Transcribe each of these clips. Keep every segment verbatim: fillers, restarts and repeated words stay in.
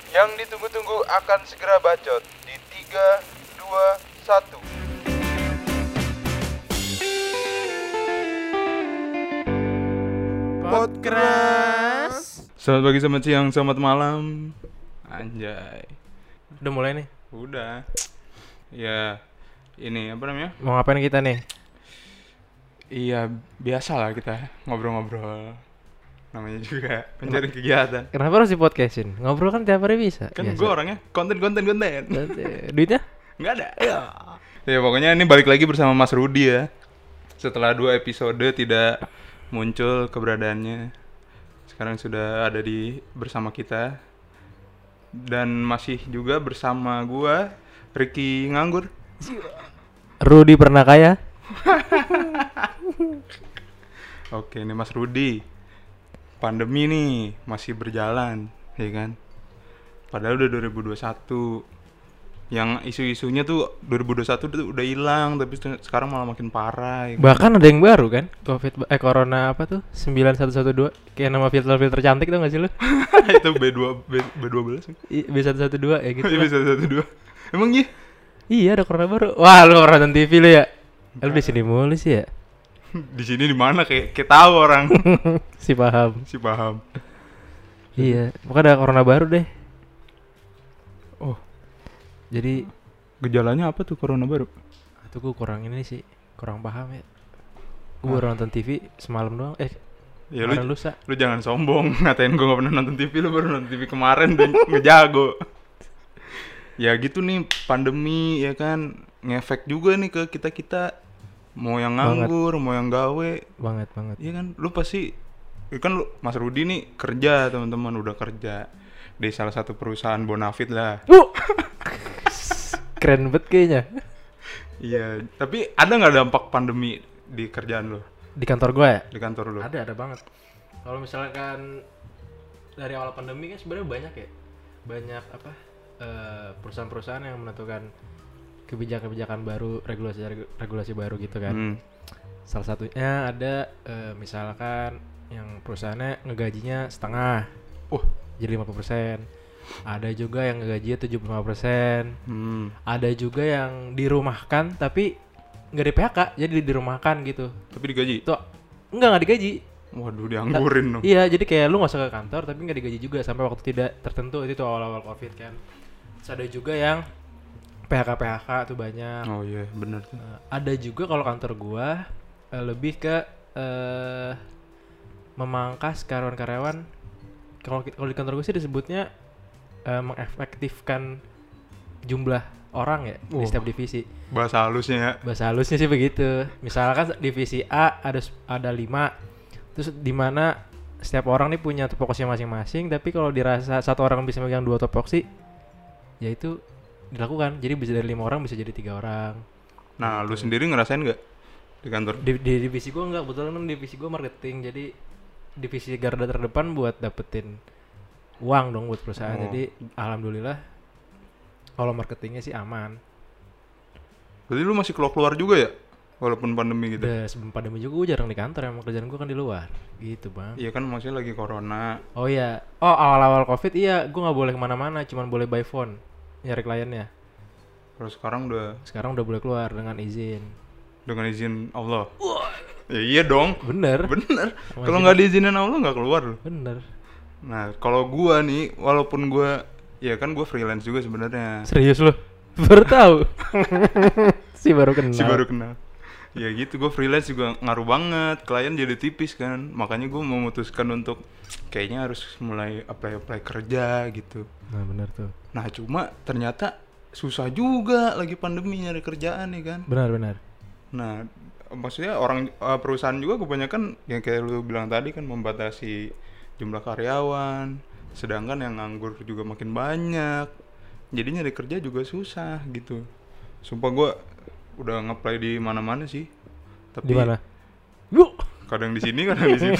Yang ditunggu-tunggu akan segera bacot di tiga, dua, satu. Podcast. Selamat pagi, selamat siang, selamat malam. Anjay. Udah mulai nih. Udah. Ya, ini apa namanya? Mau ngapain kita nih? Iya, biasa lah kita ngobrol-ngobrol. Namanya juga mencari kegiatan. Kenapa harus di podcastin? Ngobrol kan tiap hari bisa. Kan gue orangnya konten-konten konten. Duitnya? Nggak ada. Ya. Ya pokoknya ini balik lagi bersama Mas Rudi ya. Setelah dua episode tidak muncul keberadaannya, sekarang sudah ada di bersama kita. Dan masih juga bersama gua Ricky Nganggur. Rudi pernah kaya? Oke, ini Mas Rudi. Pandemi nih masih berjalan, ya kan? Padahal udah dua ribu dua puluh satu. Yang isu-isunya tuh dua ribu dua puluh satu tuh udah hilang, tapi sekarang malah makin parah. Ya kan? Bahkan ada yang baru kan? Covid eh corona apa tuh? sembilan satu satu dua. Kayak nama filter-filter cantik tuh enggak sih lu? Itu B dua B, B12. B satu satu dua ya gitu. B satu satu dua. Emang iya? Iya, ada corona baru. Wah, lu orang nonton T V lu ya? Lu di sini mulu sih ya? Di sini di mana kayak kayak tahu orang. Si paham. Si paham. Iya, pokoknya ada corona baru deh. Oh, jadi gejalanya apa tuh corona baru? itu gue kurang ini sih, kurang paham ya. Gue baru nonton T V semalam doang. Eh, ya lu, lusa. Lu jangan sombong ngatain gue gak pernah nonton T V. Lu baru nonton T V kemarin dan ngejago. Ya gitu nih, pandemi ya kan ngefek juga nih ke kita-kita. Mau yang nganggur, banget. Mau yang gawe. Banget, banget. Iya kan, lu pasti ya kan lu, Mas Rudi nih kerja, teman-teman udah kerja di salah satu perusahaan bonafit lah. Uh. Keren banget kayaknya. Iya, tapi ada nggak dampak pandemi di kerjaan lo? Di kantor gue ya? Di kantor lo? Ada, ada banget. Kalau misalkan dari awal pandemi kan sebenarnya banyak ya, banyak apa uh, perusahaan-perusahaan yang menentukan kebijakan-kebijakan baru, regulasi-regulasi baru gitu kan. Hmm. Salah satunya ada uh, misalkan yang perusahaannya ngegajinya setengah, uh. jadi lima puluh persen. Ada juga yang ngegajinya tujuh puluh lima persen. Hmm. Ada juga yang dirumahkan tapi nggak di P H K, jadi dirumahkan gitu. Tapi digaji? Tuh, enggak, nggak digaji. Waduh, dianggurin dong. Iya, jadi kayak lu nggak usah ke kantor tapi nggak digaji juga sampai waktu tidak tertentu. Itu tuh awal-awal Covid kan. Terus ada juga yang P H K P H K tuh banyak. Oh iya, benar tuh. Uh, ada juga kalau kantor gua uh, lebih ke uh, memangkas karyawan-karyawan. Kalau kalau di kantor gua sih disebutnya uh, mengefektifkan jumlah orang ya oh, di setiap divisi. Bahasa halusnya ya. Bahasa halusnya sih begitu. Misalkan divisi A ada ada lima. Terus di mana setiap orang nih punya tupoksinya masing-masing, tapi kalau dirasa satu orang bisa megang dua tupoksi, ya itu dilakukan. Jadi bisa dari lima orang bisa jadi tiga orang. Nah, gitu. Lu sendiri ngerasain nggak di kantor? Di, di divisi gue nggak, kebetulan kan divisi gue marketing, jadi divisi garda terdepan buat dapetin uang dong buat perusahaan. Oh. Jadi alhamdulillah kalau marketingnya sih aman. Berarti lu masih keluar-keluar juga ya? Walaupun pandemi gitu? Udah sebelum pandemi juga gue jarang di kantor, emang kerjaan gue kan di luar. Gitu bang. Iya kan maksudnya lagi corona. Oh iya, oh awal-awal Covid iya gue gak boleh kemana-mana, cuman boleh by phone nyari kliennya. Terus sekarang udah? Sekarang udah boleh keluar dengan izin. Dengan izin Allah? Wah. Ya iya dong. Bener. Bener. Kalau gak diizinin Allah gak keluar loh. Bener. Nah kalau gue nih, walaupun gue, ya kan gue freelance juga sebenarnya. Serius loh? Baru tahu. Si baru kenal. Si baru kenal. Ya gitu, gue freelance juga ngaruh banget. Klien jadi tipis kan. Makanya gue memutuskan untuk kayaknya harus mulai apply-apply kerja gitu. Nah benar tuh. Nah cuma ternyata susah juga lagi pandemi nyari kerjaan nih kan. Benar-benar. Nah maksudnya orang perusahaan juga kebanyakan yang kayak lu bilang tadi kan membatasi jumlah karyawan. Sedangkan yang nganggur juga makin banyak. Jadi nyari kerja juga susah gitu. Sumpah gue udah nge-apply di mana-mana sih. Tapi di mana? Yuk. Kadang di sini, kadang di sini.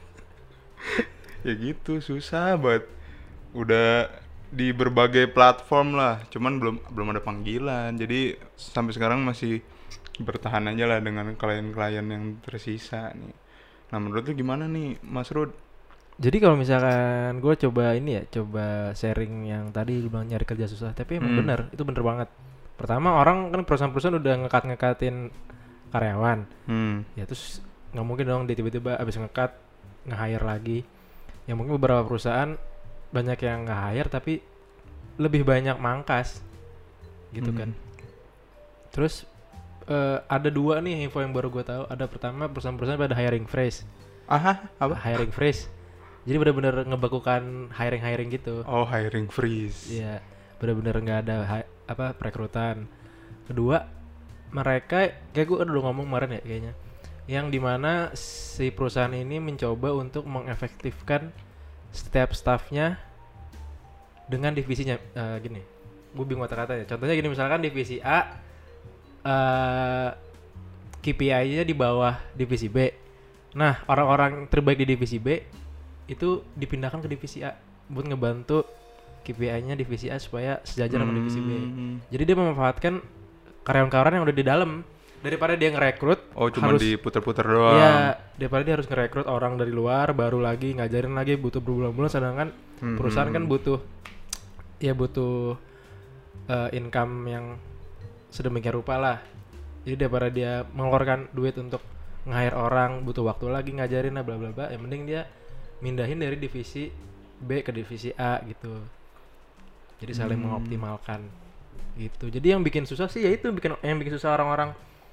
Ya gitu, susah banget. Udah di berbagai platform lah, cuman belum belum ada panggilan. Jadi sampai sekarang masih bertahan aja lah dengan klien-klien yang tersisa nih. Nah menurut lu gimana nih Mas Rud? Jadi kalau misalkan gue coba ini ya, coba sharing yang tadi lu bilang nyari kerja susah, tapi emang Hmm. bener, itu bener banget. Pertama orang kan perusahaan-perusahaan udah ngekat-ngekatin karyawan, Hmm. ya terus nggak mungkin dong dia tiba-tiba abis ngekat nge-hire lagi. Ya mungkin beberapa perusahaan banyak yang nge-hire tapi lebih banyak mangkas, gitu Hmm. kan. Terus eh, ada dua nih info yang baru gue tahu. Ada pertama perusahaan-perusahaan pada hiring freeze, Aha, apa? hiring freeze. Jadi benar-benar ngebekukan hiring-hiring gitu. Oh, hiring freeze. Iya, benar-benar nggak ada hi- apa perekrutan. Kedua, mereka kayak gue udah ngomong kemarin ya kayaknya, yang dimana si perusahaan ini mencoba untuk mengefektifkan setiap staffnya dengan divisinya. Eh, gini, gue bingung kata-kata ya. Contohnya gini, misalkan divisi A eh K P I-nya di bawah divisi B. Nah, orang-orang terbaik di divisi B itu dipindahkan ke divisi A buat ngebantu K P I-nya divisi A supaya sejajar sama divisi B. Hmm. Jadi dia memanfaatkan karyawan-karyawan yang udah di dalam daripada dia ngerekrut. Oh, cuma harus, diputer-puter doang. Iya, daripada dia harus ngerekrut orang dari luar baru lagi ngajarin lagi butuh berbulan-bulan, sedangkan Hmm. perusahaan kan butuh ya butuh uh, income yang sedemikian rupa lah. Jadi daripada dia mengeluarkan duit untuk nge-hire orang, butuh waktu lagi ngajarin lah bla bla bla, yang penting dia mindahin dari divisi B ke divisi A gitu. Jadi saling Hmm. mengoptimalkan gitu. Jadi yang bikin susah sih ya itu bikin yang bikin susah orang-orang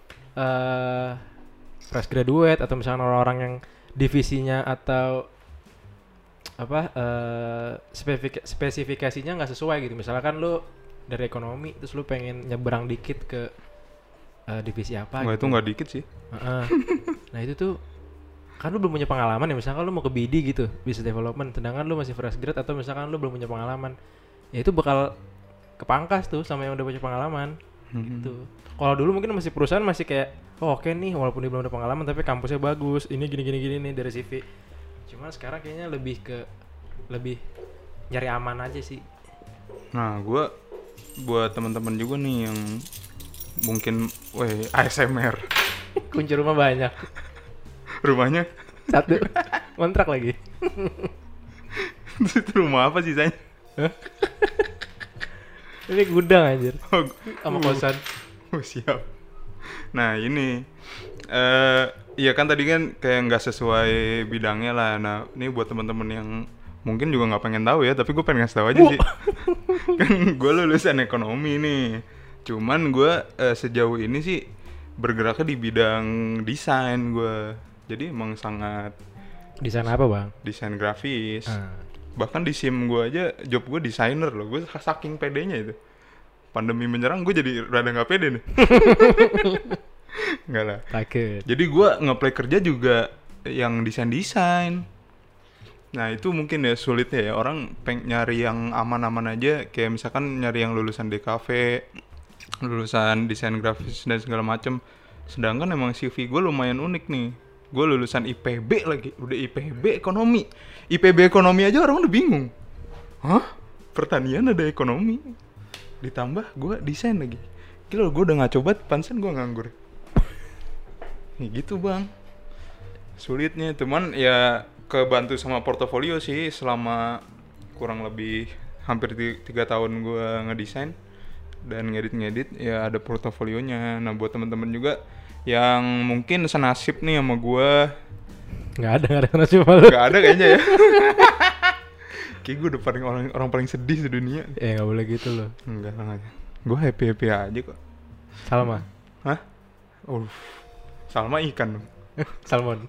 eh fresh graduate atau misalnya orang-orang yang divisinya atau apa eh spesifik- spesifikasinya nggak sesuai gitu. Misalkan lu dari ekonomi terus lu pengen nyebrang dikit ke eh, divisi apa Wah, gitu. itu nggak dikit sih. Heeh. Nah itu tuh kan lu belum punya pengalaman ya, misalkan lu mau ke B D gitu, business development, sedangkan lu masih fresh grad atau misalkan lu belum punya pengalaman, ya itu bakal kepangkas tuh sama yang udah punya pengalaman. Hmm. Gitu. Kalau dulu mungkin masih perusahaan masih kayak oh, oke nih walaupun dia belum ada pengalaman tapi kampusnya bagus, ini gini gini gini nih dari C V. Cuman sekarang kayaknya lebih ke lebih nyari aman aja sih. Nah, gua buat teman-teman juga nih yang mungkin, weh, A S M R. Kunci rumah banyak. Rumahnya Satu. Kontrak lagi. itu rumah apa sih, Say? Ini gudang anjir. Oh, Sama kosan. oh, siap. Nah, ini eh iya kan tadi kan kayak nggak sesuai bidangnya lah. Nah, ini buat teman-teman yang mungkin juga nggak pengen tahu ya, tapi gue pengen ngasih tahu aja sih. Kan gue lulusan ekonomi nih. Cuman gue eh, sejauh ini sih bergeraknya di bidang desain gue. Jadi emang sangat Desain apa, Bang? desain grafis. Ah. Bahkan di SIM gue aja job gue desainer loh. Gue saking pedenya itu. Pandemi menyerang gue jadi rada nggak pede nih. Enggak lah. Takut. Jadi gue nge-play kerja juga yang desain-desain. Nah itu mungkin ya sulitnya ya. Orang peng nyari yang aman-aman aja. Kayak misalkan nyari yang lulusan D K V, lulusan desain grafis dan segala macem. Sedangkan emang C V gue lumayan unik nih. Gue lulusan I P B lagi. Udah I P B ekonomi. I P B ekonomi aja orang udah bingung. Hah? Pertanian ada ekonomi? Ditambah gue desain lagi. Gila, gue udah gak coba, pansen gue nganggur. Ya gitu bang, sulitnya. Cuman ya kebantu sama portofolio sih selama kurang lebih hampir tiga tahun gue ngedesain dan ngedit-ngedit, ya ada portofolionya. Nah buat temen-temen juga yang mungkin senasib nih sama gue, Nggak ada, nggak ada kena cuma lu. gak ada kayaknya ya. Kayak gue udah paling orang, orang paling sedih sedunia. Ya nggak boleh gitu loh. Enggak lah, gue happy happy aja kok. Salma. Hah? Uh, Salma ikan dong. Salmon.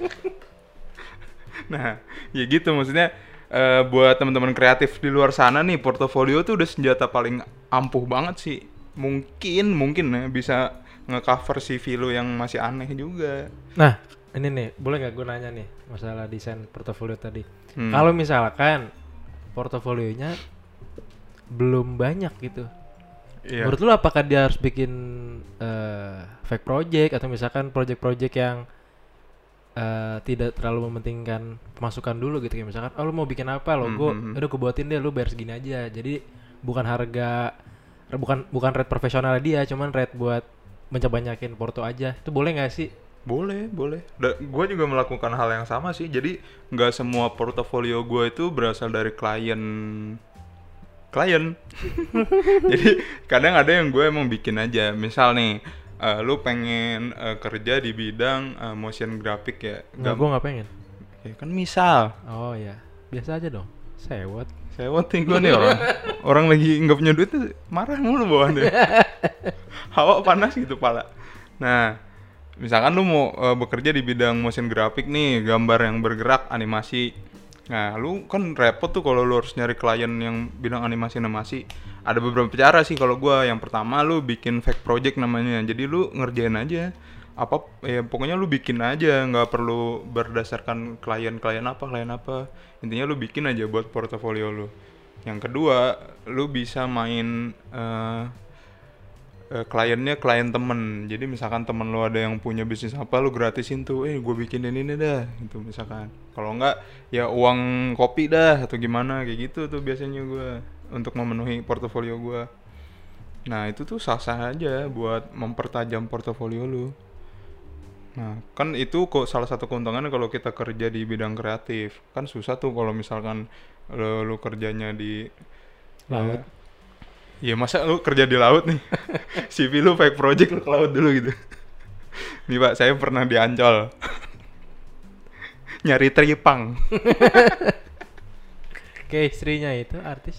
Nah, ya gitu maksudnya. Uh, buat teman-teman kreatif di luar sana nih, portofolio tuh udah senjata paling ampuh banget sih. Mungkin mungkin ya bisa nge-cover C V lu yang masih aneh juga. Nah, ini nih, boleh nggak gue nanya nih masalah desain portofolio tadi. Hmm. Kalau misalkan portofolionya belum banyak gitu, Iya. menurut lu apakah dia harus bikin eh, fake project atau misalkan project-project yang eh, tidak terlalu mementingkan pemasukan dulu gitu, kayak misalkan, oh lu mau bikin apa logo, Hmm, hmm, hmm. udah gue buatin deh, lu bayar segini aja. Jadi bukan harga, bukan bukan rate profesional dia, cuman rate buat banyak-banyakin porto aja. Itu boleh nggak sih? Boleh, boleh. Gue juga melakukan hal yang sama sih. Jadi nggak semua portofolio gue itu berasal dari klien klien. Jadi kadang ada yang gue emang bikin aja. Misal nih, eh, lu pengen eh, kerja di bidang eh, motion graphic ya. Nggak, gue nggak pengen. Ya kan misal. Oh ya, biasa aja dong. Sewot. Sewot nih gue nih orang. Orang lagi nggak punya duit tuh marah mulu bawaannya. Hawa panas gitu pala. Nah, misalkan lu mau uh, bekerja di bidang motion graphic nih, gambar yang bergerak, animasi. Nah, lu kan repot tuh kalau lu harus nyari klien yang bidang animasi-animasi. Ada beberapa cara sih kalau gua. Yang pertama lu bikin fake project namanya. Jadi lu ngerjain aja apa ya pokoknya lu bikin aja, nggak perlu berdasarkan klien-klien apa, klien apa. Intinya lu bikin aja buat portofolio lu. Yang kedua, lu bisa main uh, uh, kliennya klien temen. Jadi misalkan temen lu ada yang punya bisnis apa, lu gratisin tuh, eh gue bikinin ini dah gitu misalkan. Kalau enggak ya uang kopi dah atau gimana kayak gitu tuh biasanya gue untuk memenuhi portofolio gue. Nah itu tuh sah-sah aja buat mempertajam portofolio lu. Nah kan itu kok salah satu keuntungannya kalau kita kerja di bidang kreatif. Kan susah tuh kalau misalkan lu, lu kerjanya di Laut. Iya masa lu kerja di laut nih. C V lu fake project lu ke laut dulu gitu. Nih Pak, saya pernah di Ancol. Nyari tripang. Kayak istrinya itu artis.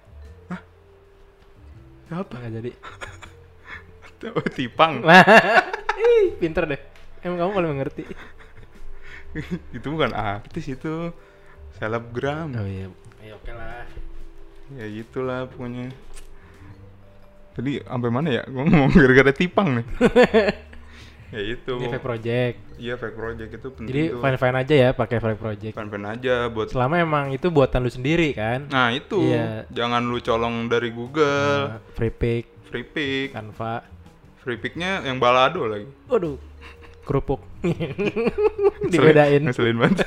Apa? Nggak jadi. Oh, tipang. Ih, pinter deh. Emang kamu paling mengerti. Itu bukan artis itu. Selebgram. Oh iya. Ya oke lah. Ya gitulah pokoknya. Tadi sampai mana ya? Gua ngomong gara-gara tipang nih. Ya itu. Ini fake project. Iya fake project itu penting. Jadi tuh. fine-fine aja ya pakai fake project. Fine-fine aja buat. Selama emang itu buatan lu sendiri kan. Nah itu. Iya. Jangan lu colong dari Google. Nah, free pick, Free pick. Canva. Free picknya yang balado lagi. Waduh. Kerupuk. Dibedain. Ngeselin banget.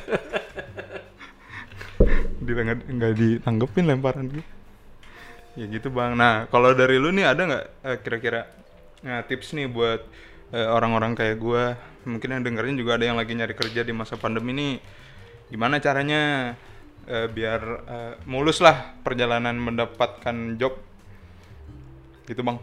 Dia nggak nggak ditanggepin lemparan gitu. Ya gitu bang. Nah kalau dari lu nih ada nggak eh, kira-kira nah, tips nih buat eh, orang-orang kayak gue, mungkin yang dengerin juga ada yang lagi nyari kerja di masa pandemi nih, gimana caranya eh, biar eh, mulus lah perjalanan mendapatkan job gitu bang.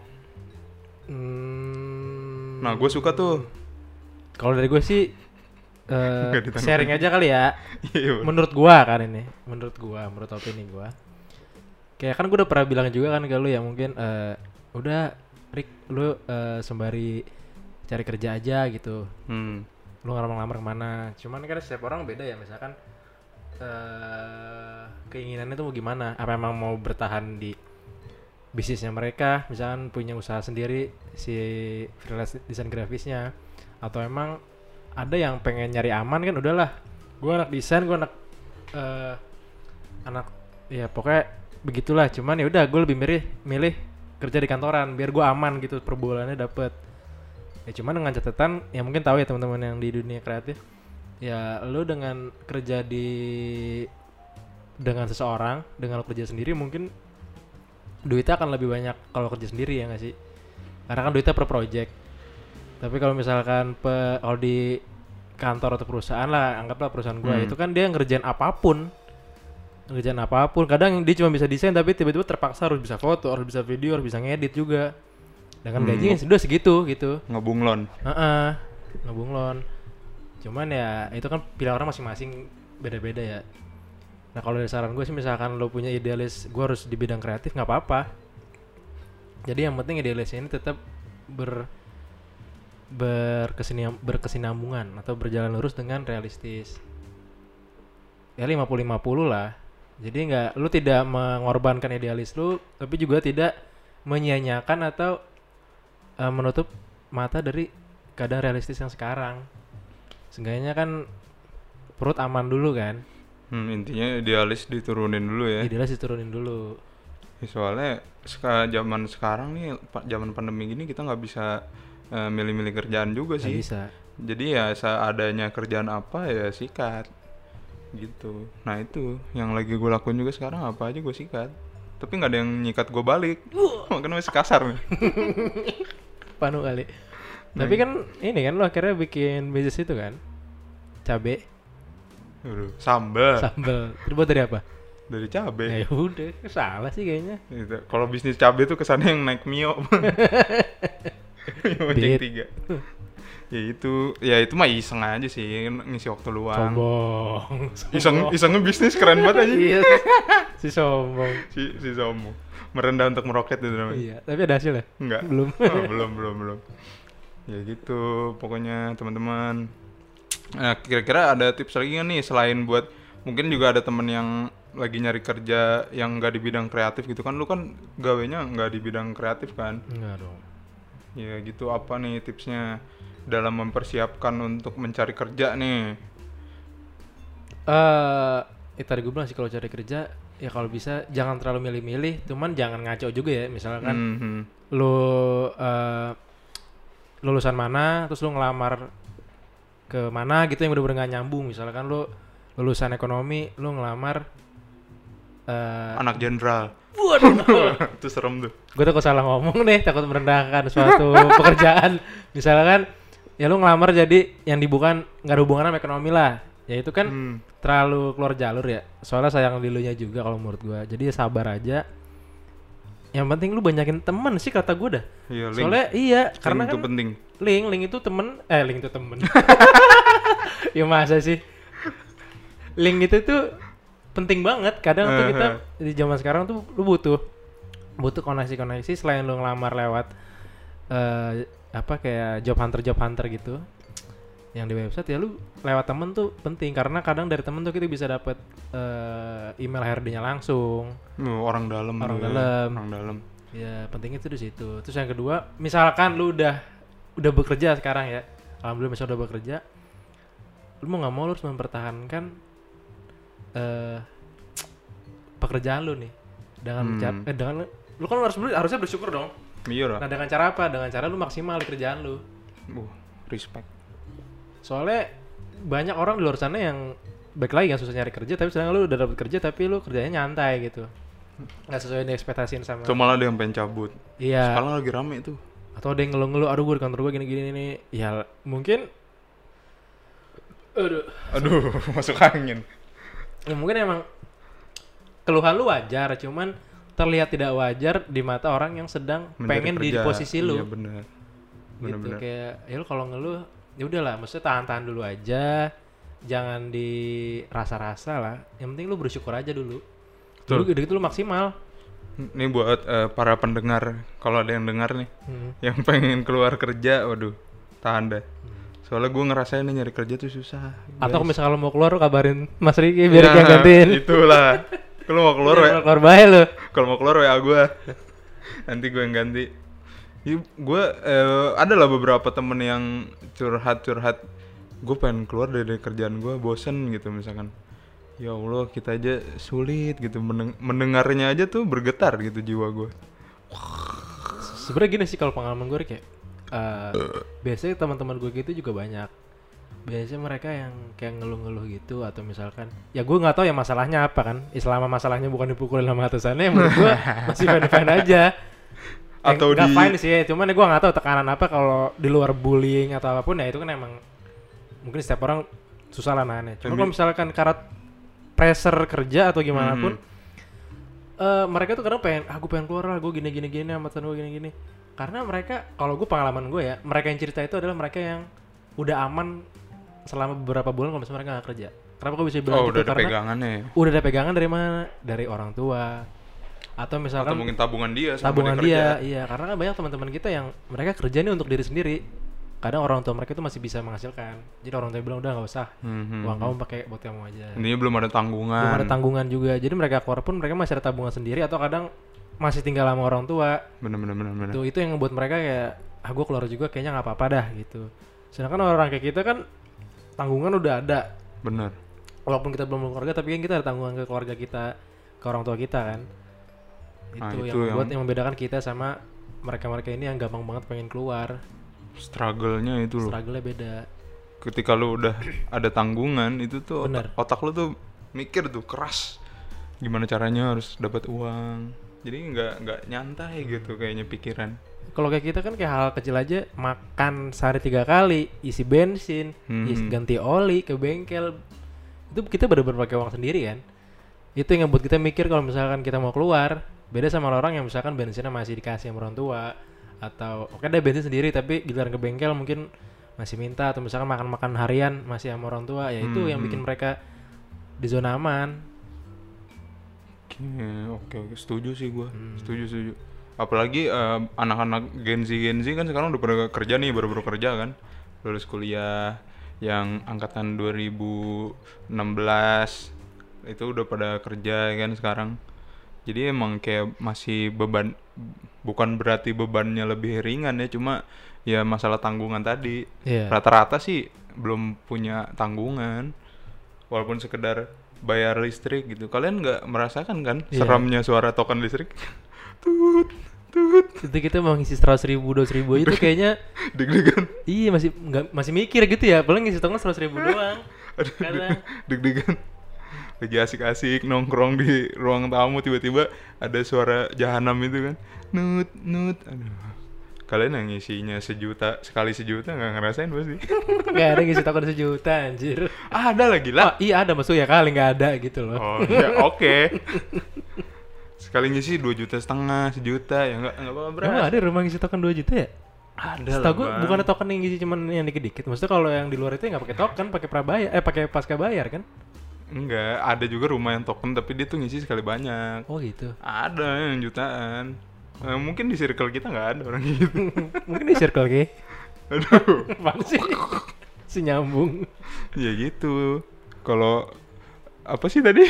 Hmm, Nah gue suka tuh. Kalau dari gue sih eh, Nggak ditanggepin. sharing aja kali ya. Iya, Bang. Menurut gua kan ini, menurut gua, menurut opini gua. Kayak kan gua udah pernah bilang juga kan ke lu ya mungkin eh, udah Rick lu eh, sembari cari kerja aja gitu. Hmm. Lu ngelamar-ngelamar kemana? Cuman kan setiap orang beda ya, misalkan eh keinginannya tuh mau gimana? Apa emang mau bertahan di bisnisnya mereka, misalkan punya usaha sendiri si freelance desain grafisnya, atau emang ada yang pengen nyari aman kan udahlah gue anak desain gue anak uh, anak ya pokoknya begitulah, cuman ya udah gue lebih milih milih kerja di kantoran biar gue aman gitu per bulannya dapet ya. Cuman dengan catatan ya mungkin tahu ya teman-teman yang di dunia kreatif ya, lu dengan kerja di dengan seseorang, dengan lo kerja sendiri mungkin duitnya akan lebih banyak kalau kerja sendiri ya nggak sih, karena kan duitnya per project. Tapi kalau misalkan pe, kalau di kantor atau perusahaan lah, anggaplah perusahaan gue hmm. itu kan dia ngerjain apapun, ngerjain apapun. Kadang dia cuma bisa desain tapi tiba-tiba terpaksa harus bisa foto, harus bisa video, harus bisa ngedit juga. Dengan hmm. gajinya sudah segitu gitu. Ngebunglon. Heeh. Ngebunglon. Cuman ya itu kan pilihan orang masing-masing beda-beda ya. Nah kalau dari saran gue sih misalkan lo punya idealis, gue harus di bidang kreatif nggak apa-apa. Jadi yang penting idealisnya ini tetap ber berkesinam, berkesinambungan atau berjalan lurus dengan realistis. Ya lima puluh lima puluh lah. Jadi nggak, lu tidak mengorbankan idealis lu, tapi juga tidak menyia-nyiakan atau uh, menutup mata dari keadaan realistis yang sekarang. Seenggaknya kan perut aman dulu kan. Hmm, intinya idealis diturunin dulu ya. Idealis diturunin dulu. Ya, soalnya seka, zaman sekarang nih, zaman pandemi gini kita nggak bisa uh, milih-milih kerjaan juga sih. Nggak bisa. Jadi ya seadanya kerjaan apa ya sikat gitu. Nah itu yang lagi gue lakuin juga sekarang, apa aja gue sikat. Tapi nggak ada yang nyikat gue balik. Makanya masih kasar nih. Panu kali. Tapi kan ini kan lo akhirnya bikin bisnis itu kan, cabe, Aduh, sambal sambal. Terbuat dari apa? dari cabe. Ya udah, salah sih kayaknya. Gitu. Kalau bisnis cabe tuh kesannya yang naik Mio. Mio Bonceng Beat. tiga. Ya itu, ya itu mah iseng aja sih, ngisi waktu luang. Sombong. Iseng, isengnya bisnis keren banget aja. Iya. Si sombong. si si sombong. Merendah untuk meroket itu namanya. Iya, tapi ada hasil ya? Enggak. Belum. Oh, belum, belum, belum. Ya gitu, pokoknya teman-teman. Nah, kira-kira ada tips lagi nggak nih selain buat mungkin juga ada temen yang lagi nyari kerja yang nggak di bidang kreatif gitu kan, lu kan gawenya nggak di bidang kreatif kan? Enggak dong. Ya gitu, apa nih tipsnya dalam mempersiapkan untuk mencari kerja nih? Eh, eh tadi gue bilang sih kalau cari kerja ya kalau bisa jangan terlalu milih-milih, cuman jangan ngaco juga ya. Misalkan Mhm. lu eh, lulusan mana, terus lu ngelamar ke mana gitu yang bener-bener gak nyambung. Misalkan lu lulusan ekonomi, lu ngelamar eh Anak jenderal. waduh, Itu serem tuh. gue takut salah ngomong nih, takut merendahkan suatu pekerjaan. Misalkan ya lu ngelamar jadi yang dibukan nggak ada hubungan sama ekonomi lah, ya itu kan Hmm. terlalu keluar jalur ya. Soalnya sayang dilunya juga kalau menurut gue. Jadi ya sabar aja. Yang penting lu banyakin temen sih kata gue dah. Iya, link. Soalnya iya, Link karena itu kan penting. link link itu temen, eh link itu temen. Ya masa sih? Link itu tuh penting banget. Kadang tuh kita di zaman sekarang tuh lu butuh butuh koneksi-koneksi selain lu ngelamar lewat eh apa kayak job hunter job hunter gitu yang di website, ya lu lewat temen tuh penting karena kadang dari temen tuh kita bisa dapet eh, email H R D-nya langsung. Oh, orang dalam. Orang tuh ya. dalam. Orang dalam. Ya pentingnya itu di situ. Terus yang kedua, misalkan lu udah udah bekerja sekarang ya, alhamdulillah misalnya udah bekerja, lu mau nggak mau lu harus mempertahankan eh pekerjaan lu nih dengan Hmm. cara, eh, dengan lu kan harus harusnya bersyukur dong. Iya lah. Nah dengan cara apa? Dengan cara lu maksimal di kerjaan lu. Uh, respect. Soalnya banyak orang di luar sana yang baik lagi yang susah nyari kerja, tapi sedangkan lu udah dapet kerja tapi lu kerjanya nyantai gitu, nggak sesuai yang diekspektasiin sama. Itu malah ada yang pengen cabut. Iya. Sekarang lagi rame tuh. Atau ada yang ngeluh-ngeluh, aduh gue di kantor gue gini-gini nih. Ya mungkin aduh, Aduh, masuk angin. ya mungkin emang keluhan lu wajar, cuman terlihat tidak wajar di mata orang yang sedang Mencari pengen di kerja. posisi lu. Iya benar. Gitu Benar-benar. kayak ya lu kalau ngeluh ya udahlah, maksudnya tahan-tahan dulu aja. Jangan dirasa-rasa lah. Yang penting lu bersyukur aja dulu. Betul. Dulu gitu lu maksimal. Ini buat eh, para pendengar, kalau ada yang dengar nih, Hmm. yang pengen keluar kerja, waduh, tahan deh. Soalnya gue ngerasain nih nyari kerja tuh susah. Atau kalau guys. misalnya lu mau keluar lu kabarin Mas Riki biar dia Nah, gantiin. Itulah. Kalau mau keluar, Biar ya. keluar bae lu. Kalau mau keluar W A gue. Nanti gue yang ganti. Gue eh, ada lah beberapa temen yang curhat-curhat. Gue pengen keluar dari kerjaan gue, bosen gitu misalkan. Ya Allah, kita aja sulit gitu, Mendeng- mendengarnya aja tuh bergetar gitu jiwa gue. Sebenarnya gini sih kalau pengalaman gue kayak eh, biasanya teman-teman gue gitu juga banyak. Biasanya mereka yang kayak ngeluh-ngeluh gitu atau misalkan ya gue nggak tahu ya masalahnya apa kan. Ya, selama masalahnya bukan dipukulin sama atasannya, menurut gue masih fine-fine aja. Atau nggak di- fine sih, cuman ya gue nggak tahu tekanan apa kalau di luar bullying atau apapun, ya itu kan emang mungkin setiap orang susah lah nahannya. Cuma Tapi- kalau misalkan karena pressure kerja atau gimana pun, Mhm. eh, mereka tuh kadang pengen, ah gue pengen keluar lah, gue gini gini gini, amatan gue gini gini. Karena mereka, kalau gue pengalaman gue ya, mereka yang cerita itu adalah mereka yang udah aman selama beberapa bulan kalau misalnya mereka nggak kerja. Kenapa gue bisa bilang Oh, gitu? udah ada Karena pegangannya ya? udah ada pegangan dari mana? Dari orang tua. Atau misalkan Atau mungkin tabungan dia sama tabungan kerja. dia, iya. Karena kan banyak teman-teman kita yang mereka kerja nih untuk diri sendiri. Kadang orang tua mereka itu masih bisa menghasilkan. Jadi orang tua bilang udah nggak usah, Mhm. uang kamu pakai buat kamu aja. Intinya belum ada tanggungan. Belum ada tanggungan juga. Jadi mereka keluar pun mereka masih ada tabungan sendiri atau kadang masih tinggal sama orang tua. Bener-bener bener-bener. Itu itu yang membuat mereka kayak, ah gue keluar juga kayaknya nggak apa-apa dah gitu. Sedangkan orang kayak kita kan tanggungan udah ada. Bener. Walaupun kita belum berkeluarga tapi kan kita ada tanggungan ke keluarga kita, ke orang tua kita kan. Nah, Itu, itu yang membuat yang- yang membedakan kita sama mereka-mereka ini yang gampang banget pengen keluar. Struggle-nya itu loh. Struggle-nya beda. Ketika lu udah ada tanggungan, itu tuh Bener. otak, otak lu tuh mikir tuh keras. Gimana caranya harus dapat uang. Jadi nggak nggak nyantai gitu kayaknya pikiran. kalau kayak kita kan kayak hal kecil aja, makan sehari tiga kali, isi bensin, Hmm. isi ganti oli ke bengkel, itu kita bener-bener pakai uang sendiri kan. Itu yang ngebuat kita mikir kalau misalkan kita mau keluar, beda sama orang yang misalkan bensinnya masih dikasih sama orang tua, atau oke deh bensin sendiri tapi giliran ke bengkel mungkin masih minta, atau misalkan makan-makan harian masih sama orang tua, ya itu Hmm, yang bikin hmm. mereka di zona aman. Oke, oke, oke. Setuju sih gua. Hmm. Setuju, setuju. Apalagi eh, anak-anak Gen Z Gen Z kan sekarang udah pada kerja nih, baru-baru kerja kan. Lulus kuliah yang angkatan dua ribu enam belas itu udah pada kerja kan sekarang. Jadi emang kayak masih beban, bukan berarti bebannya lebih ringan ya, cuma ya masalah tanggungan tadi. Iya. Rata-rata sih belum punya tanggungan, walaupun sekedar bayar listrik gitu. Kalian nggak merasakan kan Iya. seramnya suara token listrik? Tut, tut, Itu kita mau ngisi seratus ribu, dua ratus ribu itu kayaknya deg-degan. iya masih nggak masih mikir gitu ya, paling ngisi token seratus ribu doang. Aduh, Kadang. deg-degan. Lagi asik-asik nongkrong di ruang tamu, tiba-tiba ada suara jahanam itu kan. Nut, nut. Aduh. Kalian yang ngisinya sejuta, sekali sejuta nggak ngerasain pasti. Nggak ada ngisi token sejuta anjir. Ada lagi Oh, lah. iya ada, maksudnya kali nggak ada gitu loh. Oh ya oke. Sekali ngisi dua juta setengah, sejuta ya nggak nggak apa-apa berat. Emang ada rumah ngisi token dua juta ya? Ada lah. Setahu gue Bang. bukan ada token yang ngisi cuman yang dikit-dikit. Maksudnya kalau yang di luar itu nggak pakai token, pakai prabayar, eh pakai pasca bayar kan? Enggak, ada juga rumah yang token tapi dia tuh ngisi sekali banyak. Oh gitu. Ada yang jutaan. Eh, mungkin di circle kita nggak ada orang gitu. Mungkin di circle K. Aduh. Apaan sih? Si nyambung. Ya gitu. Kalau apa sih tadi?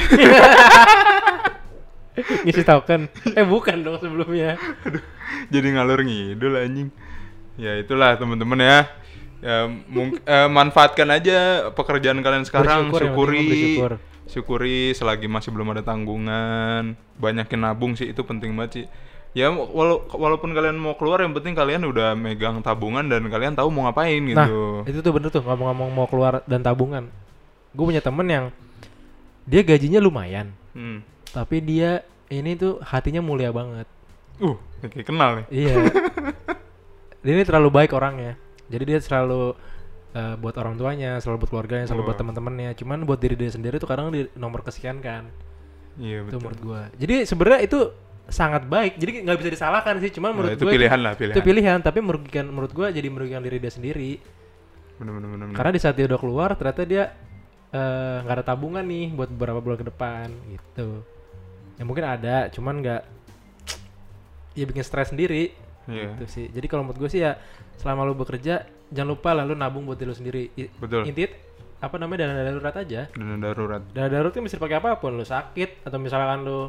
Ngisi token. Eh bukan dong sebelumnya. Jadi ngalur ngidul anjing. Ya itulah teman-teman ya. Ya mung- eh, manfaatkan aja pekerjaan kalian sekarang, Bersyukur, yang penting syukuri. mah bersyukur. Syukuri selagi masih belum ada tanggungan. Banyakin nabung sih, itu penting banget sih. Ya wala- walaupun kalian mau keluar, yang penting kalian udah megang tabungan dan kalian tahu mau ngapain gitu. Nah, itu tuh bener tuh ngomong-ngomong mau keluar dan tabungan. Gue punya temen yang dia gajinya lumayan, Hmm. tapi dia ini tuh hatinya mulia banget. Uh, kayak kenal nih. Iya. Dia ini terlalu baik orangnya. Jadi dia selalu eh, buat orang tuanya, selalu buat keluarganya, selalu Wah. buat teman-temannya. Cuman buat diri dia sendiri tuh kadang di nomor kesekian kan. Iya Itu betul. menurut gua. Jadi sebenarnya itu sangat baik. Jadi nggak bisa disalahkan sih. Cuman Nah, menurut itu gua pilihan lah, pilihan. itu pilihan, tapi merugikan menurut gua jadi merugikan diri dia sendiri. Bener-bener. bener-bener. Karena di saat dia udah keluar ternyata dia eh, nggak ada tabungan nih buat beberapa bulan ke depan gitu. Ya mungkin ada, cuman nggak ya bikin stres sendiri. Iya. Gitu sih. Jadi kalau menurut gue sih ya selama lu bekerja jangan lupa lah lu nabung buat diri lu sendiri. I- Betul. Intit apa namanya dana darurat aja. Dana darurat. Dana darurat itu bisa pakai apapun, lu sakit atau misalkan lu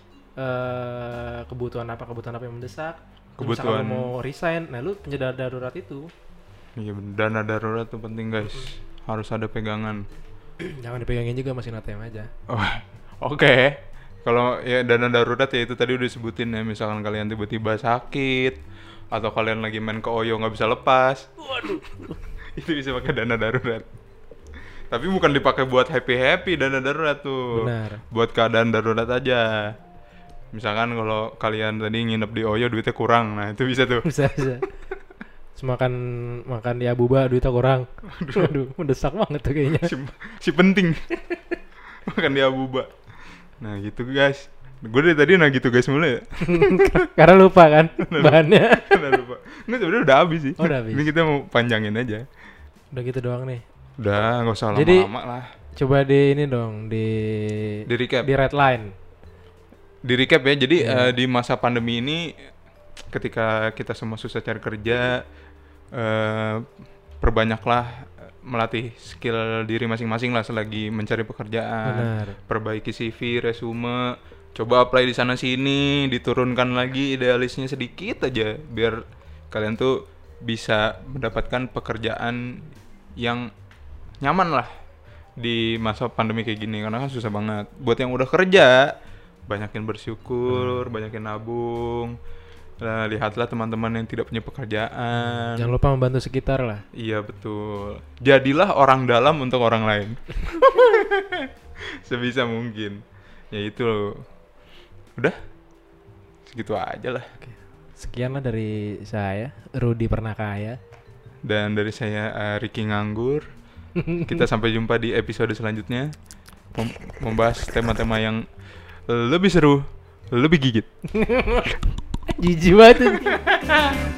eh kebutuhan apa kebutuhan apa yang mendesak. Atau misalkan Kebutuhan. lu mau resign, nah lu punya dana darurat itu. Iya, bener. Dana darurat tuh penting guys. Harus ada pegangan. Jangan dipegangin juga mesin A T M aja. Oh, oke. Kalau ya dana darurat ya itu tadi udah disebutin ya, misalkan kalian tiba-tiba sakit atau kalian lagi main ke Oyo nggak bisa lepas. Waduh. Itu bisa pakai dana darurat. Tapi bukan dipakai buat happy-happy dana darurat tuh. Benar. Buat keadaan darurat aja. Misalkan kalau kalian tadi nginep di Oyo duitnya kurang, nah itu bisa tuh. Bisa bisa. Semakan makan di Abuba duitnya kurang. Waduh, mendesak banget tuh kayaknya. si, si penting. Makan di Abuba. Nah gitu guys. Gue dari tadi nah gitu guys mulu ya. Karena lupa kan bahannya. Udah lupa. Nggak, sebenarnya udah habis sih. Oh, udah habis. Ini kita mau panjangin aja. Udah gitu doang nih. Udah, nggak usah Jadi- lama-lama lah. Coba di ini dong di Di recap. di red line. Di recap ya. Jadi Iya. eh, di masa pandemi ini, ketika kita semua susah cari kerja, eh, perbanyaklah melatih skill diri masing-masing lah selagi mencari pekerjaan. Benar. Perbaiki C V, resume, coba apply di sana sini, diturunkan lagi idealisnya sedikit aja biar kalian tuh bisa mendapatkan pekerjaan yang nyaman lah di masa pandemi kayak gini, karena kan susah banget. Buat yang udah kerja, banyakin bersyukur, banyakin nabung. Nah, lihatlah teman-teman yang tidak punya pekerjaan. Jangan lupa membantu sekitar lah. Iya betul. Jadilah orang dalam untuk orang lain. Sebisa mungkin. Ya itu loh. Udah? Segitu aja lah. Sekian lah dari saya, Rudi Pernakaya. Dan dari saya uh, Ricky Nganggur. Kita sampai jumpa di episode selanjutnya, Mem- membahas tema-tema yang lebih seru, lebih gigit. Jijik banget.